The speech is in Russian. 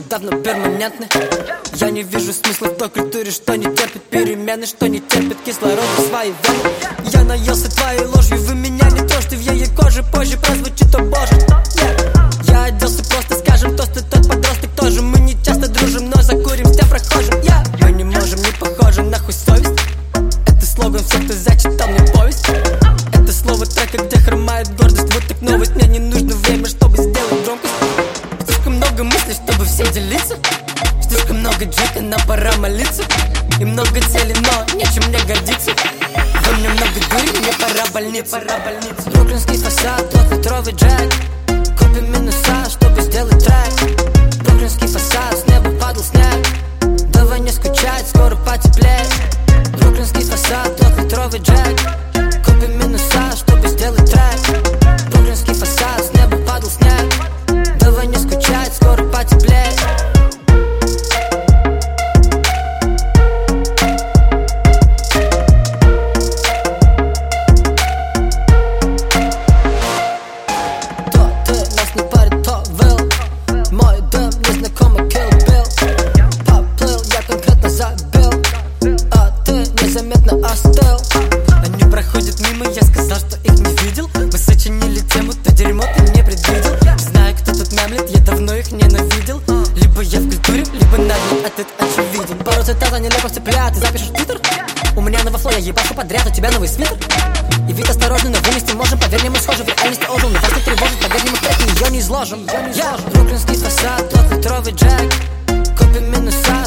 давно перманентны. Я не вижу смысла в той культуре, что не терпит перемены, что не терпит кислород в свои вены. Я наелся твоей ложью, вы меня не трожьте, в ее коже позже прозвучит: о боже. Я оделся просто, скажем тост, и тот подросток тоже. Мы не часто дружим, но закурим с тем прохожим. Мы не можем, не похожи, нахуй совесть. Это слоган всех, кто зачитал мне повесть. Это слово трека, где хромает гордость. Вот так новость, мне не нужно время, чтобы сделать громкость. Слишком много мыслей, чтобы все делиться. Слишком много джека, нам пора молиться. И много целей, но нечем мне гордиться. Во мне много дури, мне пора больница. Бруклинский фасад, двухлитровый джек. Купим минуса, чтобы сделать трек. Бруклинский фасад, с неба падал снег. Давай не скучать, скоро потеплеет. Бруклинский фасад, двухлитровый джек. Купим минуса, чтобы сделать трек. Бруклинский фасад, с неба падал снег. Давай не скучать, скоро потеплеет. Мой дом незнакомый Kill Bill. Поплыл, я конкретно забил, а ты незаметно остыл. Они проходят мимо, я сказал, что их не видел. Мы сочинили тему, то дерьмо ты не предвидел. Знаю, кто тут мямлит, я давно их ненавидел. Либо я в культуре, либо над ней ответ очевиден. Пару цитат о нелепых цыплят ты запишешь в твиттер. У меня новый флоу, я ебашу подряд, у тебя новый свитер. И вид осторожный, но вынести можем. Поверь мне, мы схожи, в реальности ожил. Но вас не тревожит, поверь мне, мы в треке ее не изложим. Бруклинский фасад, двухлитровый джек. Купим минуса,